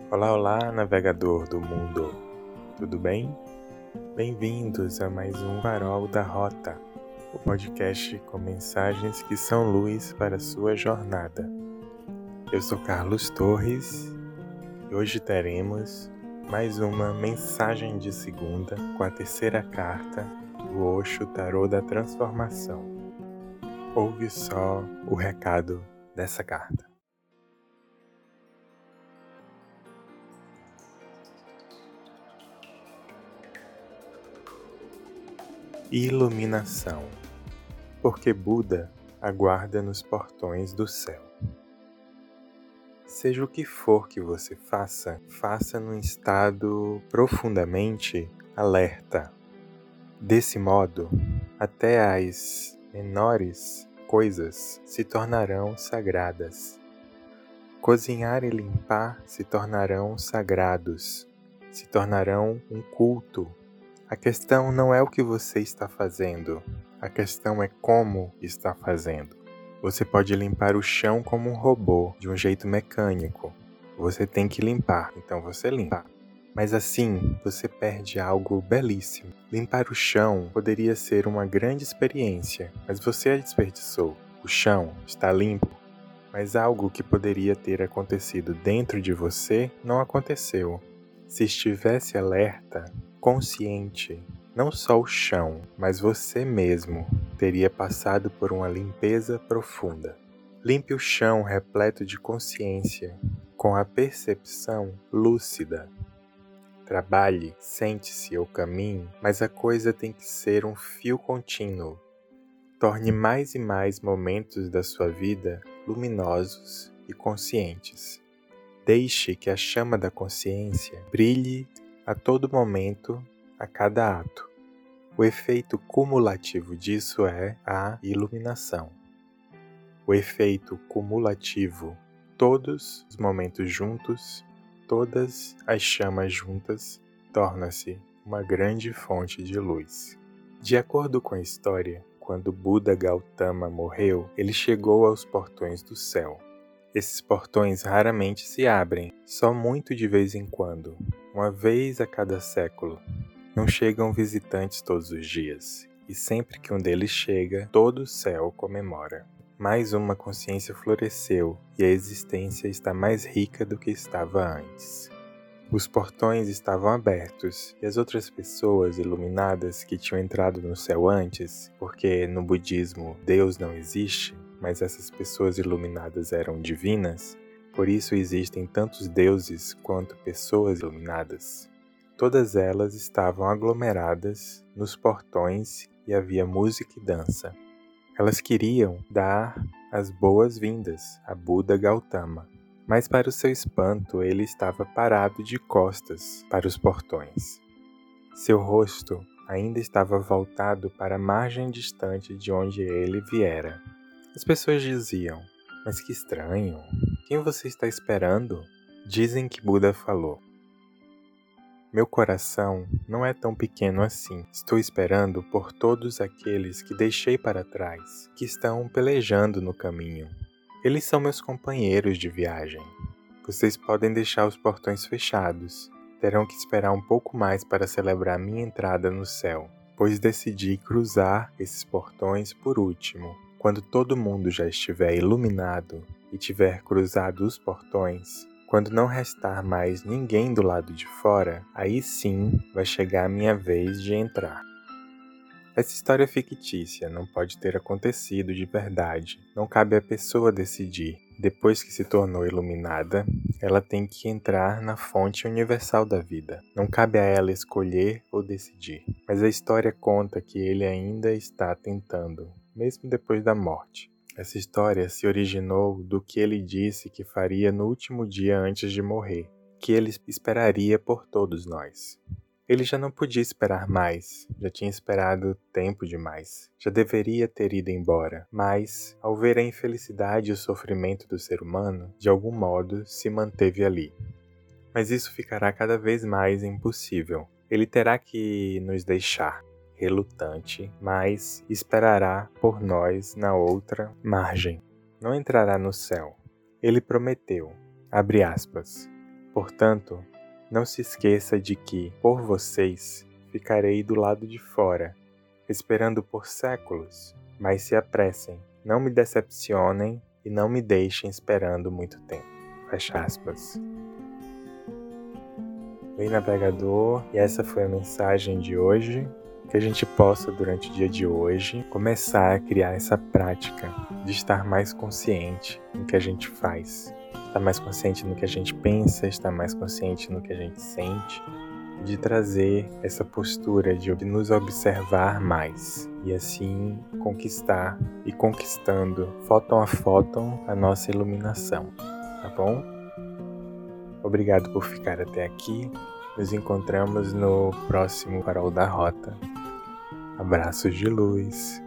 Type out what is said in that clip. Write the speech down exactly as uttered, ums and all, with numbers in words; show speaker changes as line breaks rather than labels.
Olá, olá, navegador do mundo, tudo bem? Bem-vindos a mais um Farol da Rota, o podcast com mensagens que são luz para a sua jornada. Eu sou Carlos Torres e hoje teremos mais uma mensagem de segunda com a terceira carta do Osho Tarô da Transformação. Ouve só o recado dessa carta. Iluminação, porque Buda aguarda nos portões do céu. Seja o que for que você faça, faça num estado profundamente alerta. Desse modo, até as menores coisas se tornarão sagradas. Cozinhar e limpar se tornarão sagrados, se tornarão um culto. A questão não é o que você está fazendo, a questão é como está fazendo. Você pode limpar o chão como um robô, de um jeito mecânico. Você tem que limpar, então você limpa. Mas assim, você perde algo belíssimo. Limpar o chão poderia ser uma grande experiência, mas você a desperdiçou. O chão está limpo, mas algo que poderia ter acontecido dentro de você não aconteceu. Se estivesse alerta, consciente, não só o chão, mas você mesmo teria passado por uma limpeza profunda. Limpe o chão repleto de consciência, com a percepção lúcida. Trabalhe, sente-se ou caminhe, mas a coisa tem que ser um fio contínuo. Torne mais e mais momentos da sua vida luminosos e conscientes. Deixe que a chama da consciência brilhe a todo momento, a cada ato. O efeito cumulativo disso é a iluminação. O efeito cumulativo, todos os momentos juntos, todas as chamas juntas, torna-se uma grande fonte de luz. De acordo com a história, quando Buda Gautama morreu, ele chegou aos portões do céu. Esses portões raramente se abrem, só muito de vez em quando, uma vez a cada século. Não chegam visitantes todos os dias, e sempre que um deles chega, todo o céu comemora. Mais uma consciência floresceu, e a existência está mais rica do que estava antes. Os portões estavam abertos, e as outras pessoas iluminadas que tinham entrado no céu antes, porque no budismo Deus não existe, mas essas pessoas iluminadas eram divinas, por isso existem tantos deuses quanto pessoas iluminadas. Todas elas estavam aglomeradas nos portões e havia música e dança. Elas queriam dar as boas-vindas a Buda Gautama, mas para o seu espanto ele estava parado de costas para os portões. Seu rosto ainda estava voltado para a margem distante de onde ele viera. As pessoas diziam, mas que estranho, quem você está esperando? Dizem que Buda falou, meu coração não é tão pequeno assim, estou esperando por todos aqueles que deixei para trás, que estão pelejando no caminho. Eles são meus companheiros de viagem. Vocês podem deixar os portões fechados, terão que esperar um pouco mais para celebrar minha entrada no céu, pois decidi cruzar esses portões por último. Quando todo mundo já estiver iluminado e tiver cruzado os portões, quando não restar mais ninguém do lado de fora, aí sim vai chegar a minha vez de entrar. Essa história é fictícia, não pode ter acontecido de verdade. Não cabe à pessoa decidir. Depois que se tornou iluminada, ela tem que entrar na fonte universal da vida. Não cabe a ela escolher ou decidir. Mas a história conta que ele ainda está tentando, mesmo depois da morte. Essa história se originou do que ele disse que faria no último dia antes de morrer, que ele esperaria por todos nós. Ele já não podia esperar mais, já tinha esperado tempo demais, já deveria ter ido embora, mas, ao ver a infelicidade e o sofrimento do ser humano, de algum modo se manteve ali. Mas isso ficará cada vez mais impossível. Ele terá que nos deixar, relutante, mas esperará por nós na outra margem. Não entrará no céu. Ele prometeu, abre aspas, Portanto, não se esqueça de que, por vocês, ficarei do lado de fora, esperando por séculos, mas se apressem, não me decepcionem e não me deixem esperando muito tempo. Fecha aspas. Oi, navegador, e essa foi a mensagem de hoje. Que a gente possa, durante o dia de hoje, começar a criar essa prática de estar mais consciente no que a gente faz, estar mais consciente no que a gente pensa, estar mais consciente no que a gente sente, de trazer essa postura de nos observar mais e assim conquistar e conquistando, fóton a fóton, a nossa iluminação, tá bom? Obrigado por ficar até aqui. Nos encontramos no próximo Farol da Rota. Abraços de luz.